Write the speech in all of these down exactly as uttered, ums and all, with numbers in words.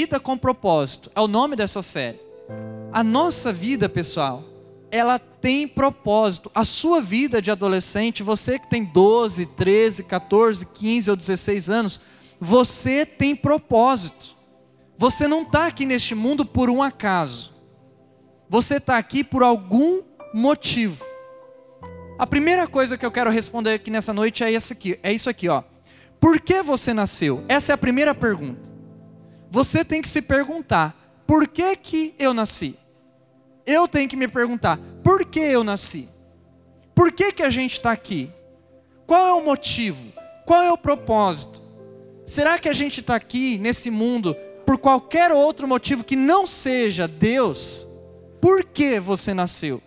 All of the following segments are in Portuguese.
Vida com Propósito, é o nome dessa série. A nossa vida, pessoal, ela tem propósito. A sua vida de adolescente, você que tem doze, treze, quatorze, quinze ou dezesseis anos, você tem propósito. Você não está aqui neste mundo por um acaso. Você está aqui por algum motivo. A primeira coisa que eu quero responder aqui nessa noite é isso aqui, é isso aqui, ó. Por que você nasceu? Essa é a primeira pergunta. Você tem que se perguntar, por que que eu nasci? Eu tenho que me perguntar, por que eu nasci? Por que que a gente está aqui? Qual é o motivo? Qual é o propósito? Será que a gente está aqui nesse mundo por qualquer outro motivo que não seja Deus? Por que você nasceu?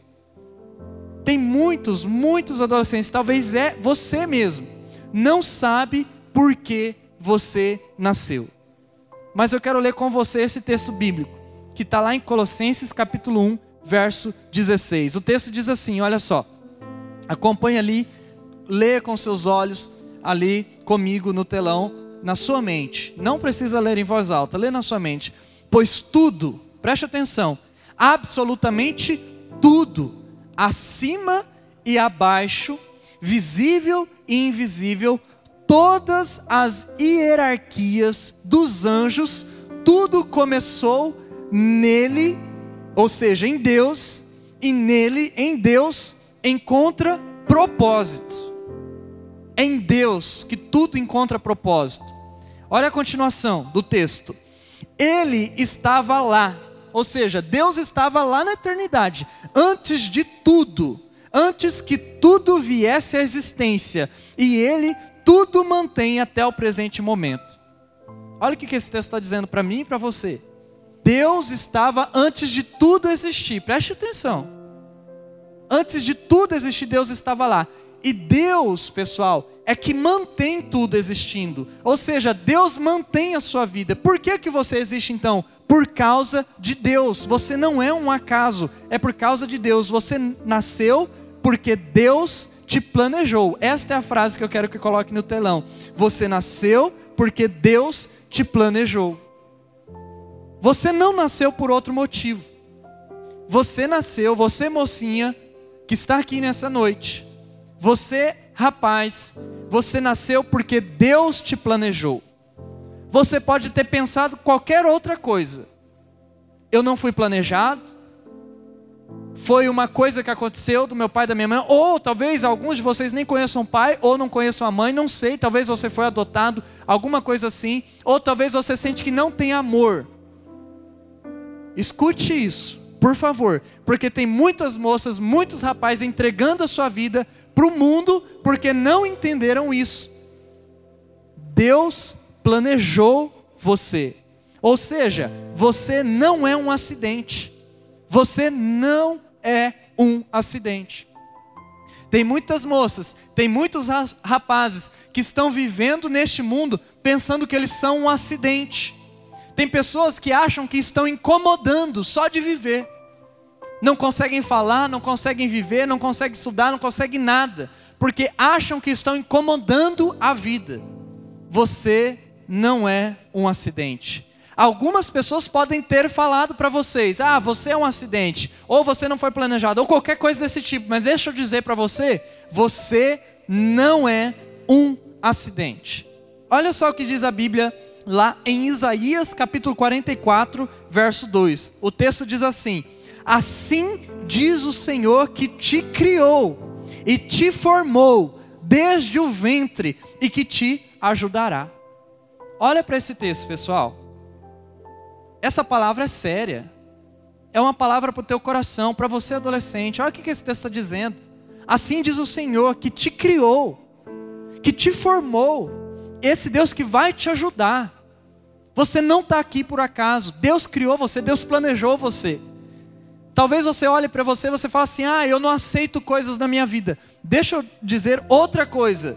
Tem muitos, muitos adolescentes, talvez é você mesmo, não sabe por que você nasceu. Mas eu quero ler com você esse texto bíblico, que está lá em Colossenses capítulo um, verso dezesseis. O texto diz assim, olha só, acompanha ali, lê com seus olhos, ali comigo no telão, na sua mente. Não precisa ler em voz alta, lê na sua mente. Pois tudo, preste atenção, absolutamente tudo, acima e abaixo, visível e invisível, todas as hierarquias dos anjos, tudo começou nele, ou seja, em Deus, e nele, em Deus, encontra propósito. É em Deus que tudo encontra propósito. Olha a continuação do texto. Ele estava lá, ou seja, Deus estava lá na eternidade, antes de tudo, antes que tudo viesse à existência, e Ele tudo mantém até o presente momento. Olha o que esse texto está dizendo para mim e para você. Deus estava antes de tudo existir, preste atenção. Antes de tudo existir, Deus estava lá. E Deus, pessoal, é que mantém tudo existindo. Ou seja, Deus mantém a sua vida. Por que que você existe então? Por causa de Deus. Você não é um acaso, é por causa de Deus. Você nasceu porque Deus te planejou. Esta é a frase que eu quero que coloque no telão. Você nasceu porque Deus te planejou. Você não nasceu por outro motivo. Você nasceu, você mocinha, que está aqui nessa noite. Você, rapaz, você nasceu porque Deus te planejou. Você pode ter pensado qualquer outra coisa. Eu não fui planejado. Foi uma coisa que aconteceu do meu pai e da minha mãe. Ou talvez alguns de vocês nem conheçam o pai, ou não conheçam a mãe, não sei. Talvez você foi adotado, alguma coisa assim. Ou talvez você sente que não tem amor. Escute isso, por favor. Porque tem muitas moças, muitos rapazes entregando a sua vida para o mundo, porque não entenderam isso. Deus planejou você. Ou seja, você não é um acidente. Você não é um acidente. Tem muitas moças, tem muitos rapazes que estão vivendo neste mundo pensando que eles são um acidente. Tem pessoas que acham que estão incomodando só de viver. Não conseguem falar, não conseguem viver, não conseguem estudar, não conseguem nada, porque acham que estão incomodando a vida. Você não é um acidente. Algumas pessoas podem ter falado para vocês, ah, você é um acidente, ou você não foi planejado, ou qualquer coisa desse tipo, mas deixa eu dizer para você, você não é um acidente. Olha só o que diz a Bíblia lá em Isaías capítulo quarenta e quatro, verso dois. O texto diz assim: assim diz o Senhor que te criou e te formou desde o ventre e que te ajudará. Olha para esse texto, pessoal. Essa palavra é séria. É uma palavra para o teu coração, para você adolescente. Olha o que esse texto está dizendo. Assim diz o Senhor que te criou, que te formou. Esse Deus que vai te ajudar. Você não está aqui por acaso. Deus criou você, Deus planejou você. Talvez você olhe para você e você fale assim, ah, eu não aceito coisas na minha vida. Deixa eu dizer outra coisa.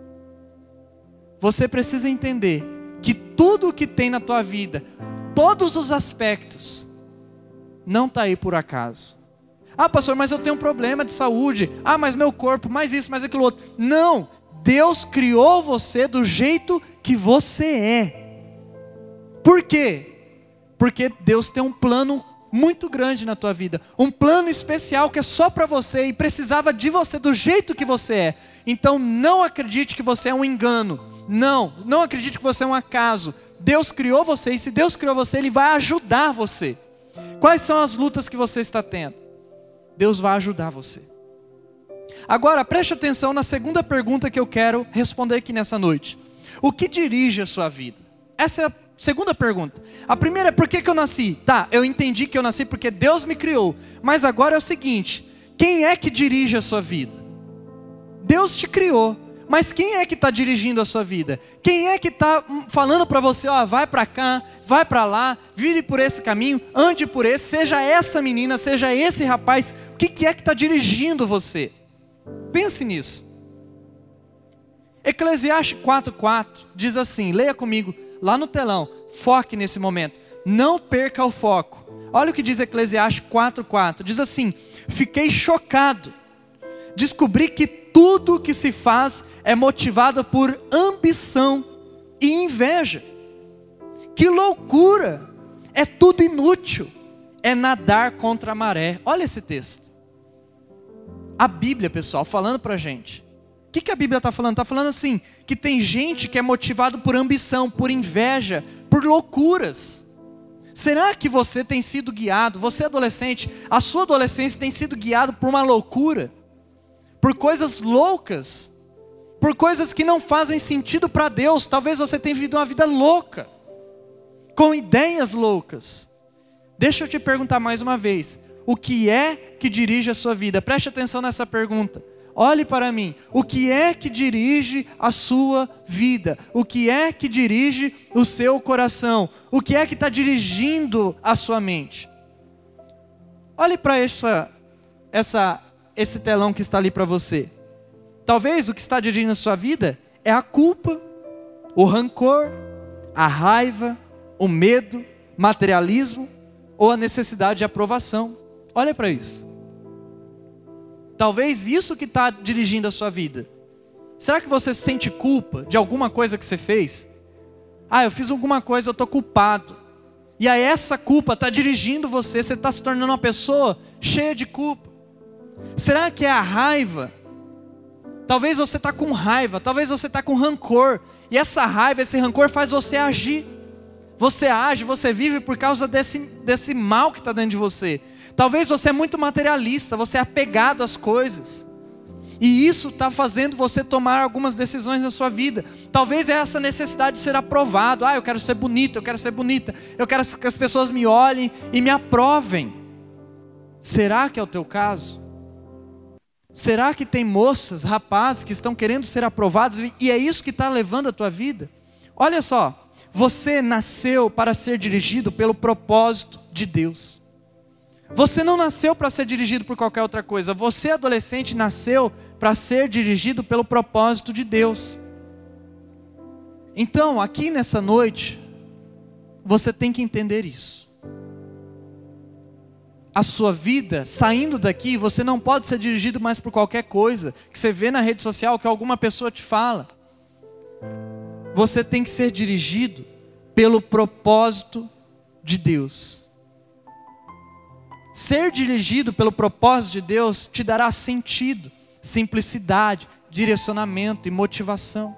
Você precisa entender que tudo o que tem na tua vida, todos os aspectos, não está aí por acaso. Ah, pastor, mas eu tenho um problema de saúde. Ah, mas meu corpo, mais isso, mais aquilo outro. Não, Deus criou você do jeito que você é. Por quê? Porque Deus tem um plano muito grande na tua vida, um plano especial que é só para você e precisava de você do jeito que você é. Então não acredite que você é um engano, não, não acredite que você é um acaso. Deus criou você, e se Deus criou você, Ele vai ajudar você. Quais são as lutas que você está tendo? Deus vai ajudar você. Agora preste atenção na segunda pergunta que eu quero responder aqui nessa noite. O que dirige a sua vida? Essa é a segunda pergunta. A primeira é: por que que eu nasci? Tá, eu entendi que eu nasci porque Deus me criou. Mas agora é o seguinte: quem é que dirige a sua vida? Deus te criou, mas quem é que está dirigindo a sua vida? Quem é que está falando para você, ó, vai para cá, vai para lá, vire por esse caminho, ande por esse, seja essa menina, seja esse rapaz? O que, que é que está dirigindo você? Pense nisso. Eclesiastes quatro, quatro diz assim, leia comigo, lá no telão, foque nesse momento, não perca o foco. Olha o que diz Eclesiastes quatro, quatro, diz assim: fiquei chocado, descobri que tudo que se faz é motivado por ambição e inveja. Que loucura, é tudo inútil, é nadar contra a maré. Olha esse texto, a Bíblia, pessoal, falando para a gente. O que, que a Bíblia está falando? Está falando assim, que tem gente que é motivado por ambição, por inveja, por loucuras. Será que você tem sido guiado, você adolescente, a sua adolescência tem sido guiado por uma loucura? Por coisas loucas? Por coisas que não fazem sentido para Deus? Talvez você tenha vivido uma vida louca, com ideias loucas. Deixa eu te perguntar mais uma vez, o que é que dirige a sua vida? Preste atenção nessa pergunta. Olhe para mim, o que é que dirige a sua vida? O que é que dirige o seu coração? O que é que está dirigindo a sua mente? Olhe para essa, essa, esse telão que está ali para você. Talvez o que está dirigindo a sua vida é a culpa, o rancor, a raiva, o medo, materialismo ou a necessidade de aprovação. Olha para isso. Talvez isso que está dirigindo a sua vida. Será que você sente culpa de alguma coisa que você fez? Ah, eu fiz alguma coisa, eu estou culpado. E aí essa culpa está dirigindo você, você está se tornando uma pessoa cheia de culpa. Será que é a raiva? Talvez você está com raiva, talvez você está com rancor. E essa raiva, esse rancor faz você agir. Você age, você vive por causa desse, desse mal que está dentro de você. Talvez você é muito materialista, você é apegado às coisas. E isso está fazendo você tomar algumas decisões na sua vida. Talvez é essa necessidade de ser aprovado. Ah, eu quero ser bonito, eu quero ser bonita. Eu quero que as pessoas me olhem e me aprovem. Será que é o teu caso? Será que tem moças, rapazes que estão querendo ser aprovados e é isso que está levando a tua vida? Olha só, você nasceu para ser dirigido pelo propósito de Deus. Você não nasceu para ser dirigido por qualquer outra coisa. Você, adolescente, nasceu para ser dirigido pelo propósito de Deus. Então, aqui nessa noite, você tem que entender isso. A sua vida, saindo daqui, você não pode ser dirigido mais por qualquer coisa que você vê na rede social, que alguma pessoa te fala. Você tem que ser dirigido pelo propósito de Deus. Ser dirigido pelo propósito de Deus te dará sentido, simplicidade, direcionamento e motivação.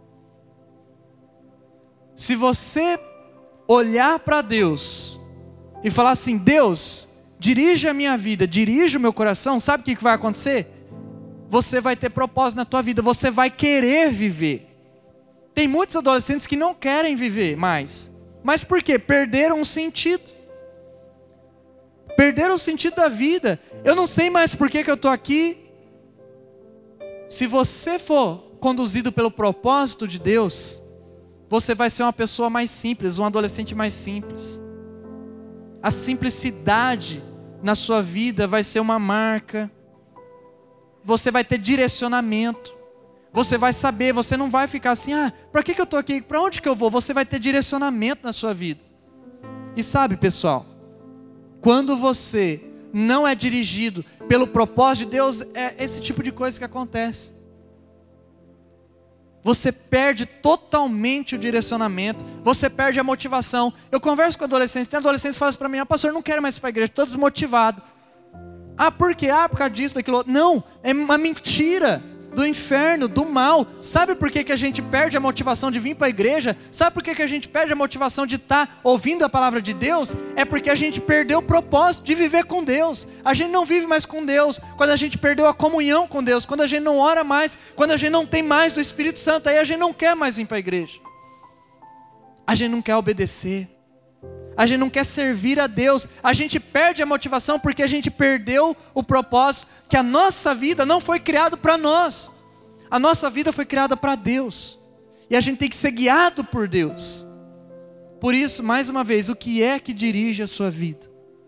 Se você olhar para Deus e falar assim: Deus, dirige a minha vida, dirige o meu coração, sabe o que vai acontecer? Você vai ter propósito na tua vida, você vai querer viver. Tem muitos adolescentes que não querem viver mais. Mas por quê? Perderam o sentido. Perderam o sentido da vida. Eu não sei mais por que que eu estou aqui. Se você for conduzido pelo propósito de Deus, você vai ser uma pessoa mais simples, um adolescente mais simples. A simplicidade na sua vida vai ser uma marca. Você vai ter direcionamento. Você vai saber, você não vai ficar assim: ah, para que que eu estou aqui? Para onde que eu vou? Você vai ter direcionamento na sua vida. E sabe, pessoal, quando você não é dirigido pelo propósito de Deus, é esse tipo de coisa que acontece. você perde totalmente o direcionamento, você perde a motivação. Eu converso com adolescentes, tem adolescentes que falam para mim, ah, pastor, eu não quero mais ir para a igreja, estou desmotivado. Ah, por quê? Ah, por causa disso, daquilo outro. Não, é uma mentira do inferno, do mal. Sabe por que, que a gente perde a motivação de vir para a igreja? Sabe por que, que a gente perde a motivação de estar ouvindo a palavra de Deus? É porque a gente perdeu o propósito de viver com Deus. A gente não vive mais com Deus quando a gente perdeu a comunhão com Deus, quando a gente não ora mais, quando a gente não tem mais do Espírito Santo, aí a gente não quer mais vir para a igreja. A gente não quer obedecer. A gente não quer servir a Deus, a gente perde a motivação porque a gente perdeu o propósito, que a nossa vida não foi criada para nós, a nossa vida foi criada para Deus, e a gente tem que ser guiado por Deus. Por isso, mais uma vez, o que é que dirige a sua vida?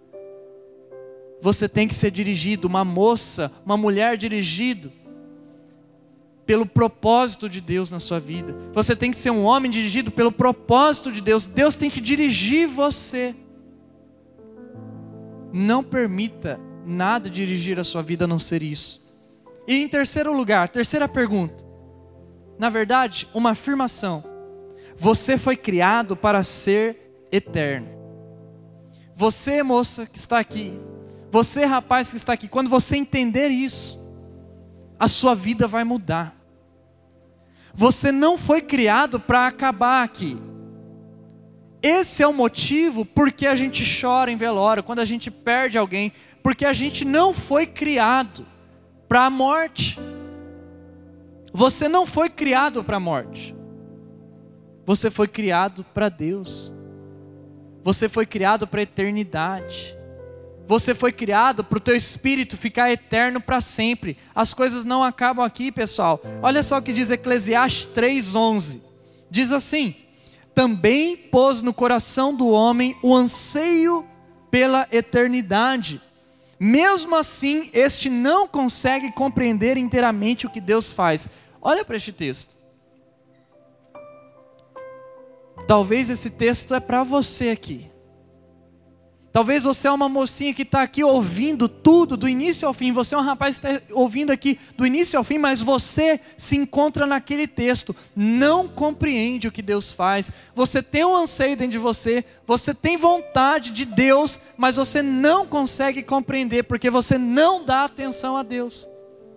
Você tem que ser dirigido, uma moça, uma mulher dirigido pelo propósito de Deus na sua vida. Você tem que ser um homem dirigido pelo propósito de Deus. Deus tem que dirigir você. Não permita nada dirigir a sua vida a não ser isso. E em terceiro lugar, terceira pergunta. Na verdade, uma afirmação. Você foi criado para ser eterno. Você, moça que está aqui, você, rapaz que está aqui, quando você entender isso, a sua vida vai mudar. Você não foi criado para acabar aqui. Esse é o motivo porque a gente chora em velório, quando a gente perde alguém, porque a gente não foi criado para a morte. Você não foi criado para a morte. Você foi criado para Deus. Você foi criado para a eternidade. Você foi criado para o teu espírito ficar eterno para sempre. As coisas não acabam aqui, pessoal. Olha só o que diz Eclesiastes três, onze. Diz assim: também pôs no coração do homem o anseio pela eternidade. Mesmo assim, este não consegue compreender inteiramente o que Deus faz. Olha para este texto. Talvez esse texto é para você aqui. Talvez você é uma mocinha que está aqui ouvindo tudo, do início ao fim. Você é um rapaz que está ouvindo aqui do início ao fim, mas você se encontra naquele texto. Não compreende o que Deus faz. Você tem um anseio dentro de você. Você tem vontade de Deus, mas você não consegue compreender, porque você não dá atenção a Deus.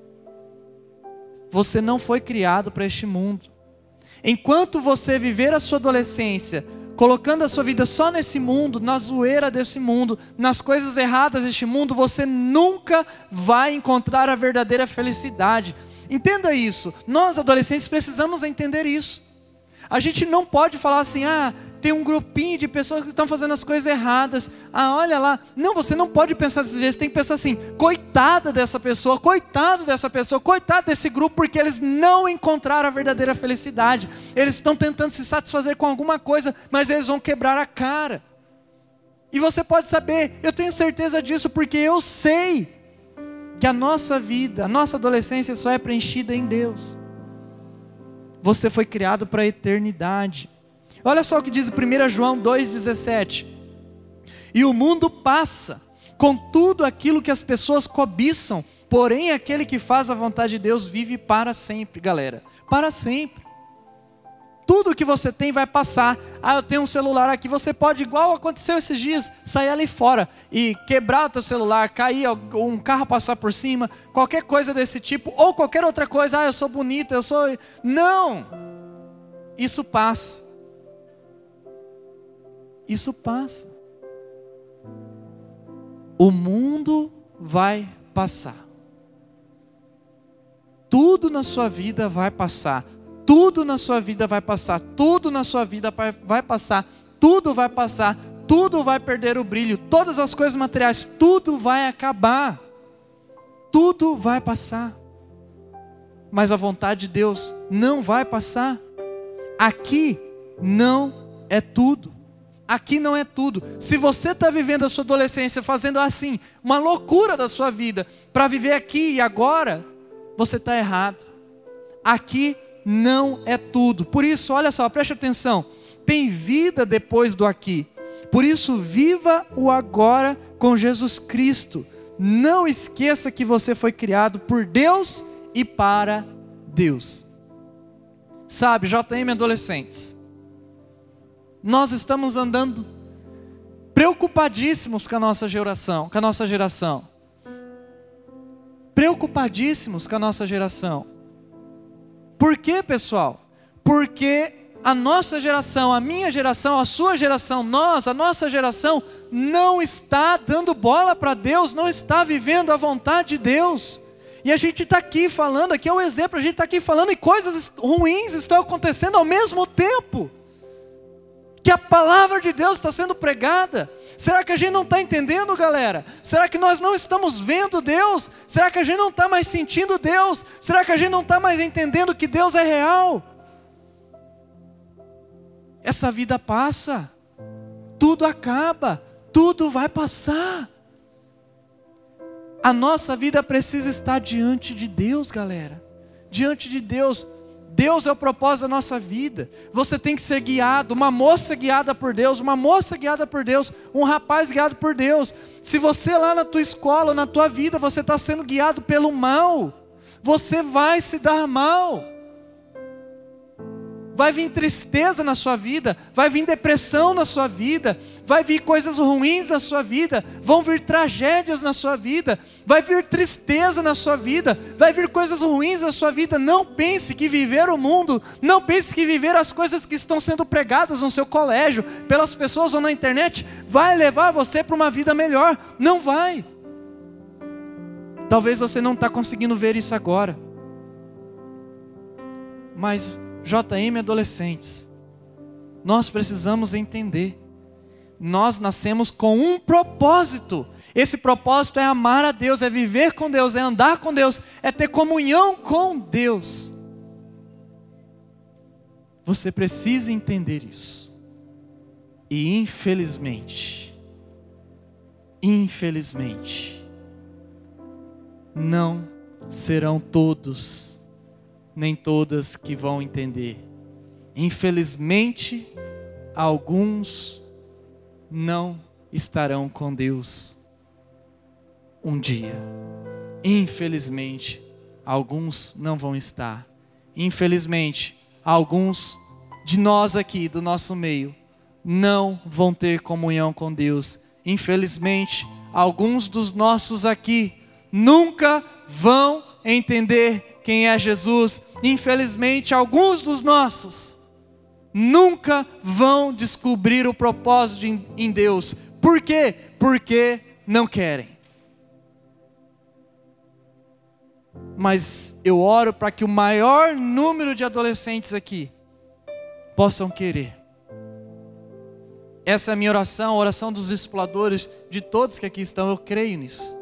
Você não foi criado para este mundo. Enquanto você viver a sua adolescência colocando a sua vida só nesse mundo, na zoeira desse mundo, nas coisas erradas deste mundo, você nunca vai encontrar a verdadeira felicidade. Entenda isso. Nós adolescentes precisamos entender isso. A gente não pode falar assim, ah, tem um grupinho de pessoas que estão fazendo as coisas erradas, ah, olha lá. Não, você não pode pensar desse jeito, você tem que pensar assim, coitada dessa pessoa, coitado dessa pessoa, coitado desse grupo, porque eles não encontraram a verdadeira felicidade. Eles estão tentando se satisfazer com alguma coisa, mas eles vão quebrar a cara. E você pode saber, eu tenho certeza disso, porque eu sei que a nossa vida, a nossa adolescência só é preenchida em Deus. Você foi criado para a eternidade. Olha só o que diz primeiro João dois, dezessete. E o mundo passa com tudo aquilo que as pessoas cobiçam, porém aquele que faz a vontade de Deus vive para sempre, galera. Para sempre. Tudo que você tem vai passar. Ah, eu tenho um celular aqui. Você pode, igual aconteceu esses dias, sair ali fora e quebrar o teu celular, cair, um carro passar por cima, qualquer coisa desse tipo, ou qualquer outra coisa. Ah, eu sou bonita, eu sou... Não! Isso passa. Isso passa. O mundo vai passar. Tudo na sua vida vai passar. Tudo na sua vida vai passar, tudo na sua vida vai passar, tudo vai passar, tudo vai perder o brilho, todas as coisas materiais, tudo vai acabar, tudo vai passar. Mas a vontade de Deus não vai passar. Aqui não é tudo, aqui não é tudo. Se você está vivendo a sua adolescência fazendo assim, uma loucura da sua vida, para viver aqui e agora, você está errado. Aqui não é tudo. Por isso, olha só, preste atenção. Tem vida depois do aqui. Por isso, viva o agora com Jesus Cristo. Não esqueça que você foi criado por Deus e para Deus. Sabe, J M adolescentes, nós estamos andando preocupadíssimos com a nossa geração, com a nossa geração. Preocupadíssimos com a nossa geração. Por quê, pessoal? Porque a nossa geração, a minha geração, a sua geração, nós, a nossa geração, não está dando bola para Deus, não está vivendo a vontade de Deus. E a gente está aqui falando, aqui é o exemplo, a gente está aqui falando e coisas ruins estão acontecendo ao mesmo tempo que a palavra de Deus está sendo pregada. Será que a gente não está entendendo, galera? Será que nós não estamos vendo Deus? Será que a gente não está mais sentindo Deus? Será que a gente não está mais entendendo que Deus é real? Essa vida passa, tudo acaba, tudo vai passar. A nossa vida precisa estar diante de Deus, galera. Diante de Deus. Deus é o propósito da nossa vida. Você tem que ser guiado, uma moça guiada por Deus, uma moça guiada por Deus, um rapaz guiado por Deus. Se você lá na tua escola ou na tua vida, você está sendo guiado pelo mal, você vai se dar mal. Vai vir tristeza na sua vida, vai vir depressão na sua vida, vai vir coisas ruins na sua vida, vão vir tragédias na sua vida, vai vir tristeza na sua vida, vai vir coisas ruins na sua vida. Não pense que viver o mundo, não pense que viver as coisas que estão sendo pregadas no seu colégio, pelas pessoas ou na internet, vai levar você para uma vida melhor. Não vai. Talvez você não está conseguindo ver isso agora, mas J M adolescentes, nós precisamos entender, nós nascemos com um propósito. Esse propósito é amar a Deus, é viver com Deus, é andar com Deus, é ter comunhão com Deus. Você precisa entender isso. E infelizmente, infelizmente, não serão todos nem todas que vão entender. Infelizmente, alguns não estarão com Deus um dia. Infelizmente, alguns não vão estar. Infelizmente, alguns de nós aqui, do nosso meio, não vão ter comunhão com Deus. Infelizmente, alguns dos nossos aqui nunca vão entender quem é Jesus. Infelizmente, alguns dos nossos nunca vão descobrir o propósito de, em Deus. Por quê? Porque não querem. Mas eu oro para que o maior número de adolescentes aqui possam querer. Essa é a minha oração, a oração dos discipuladores, de todos que aqui estão, eu creio nisso.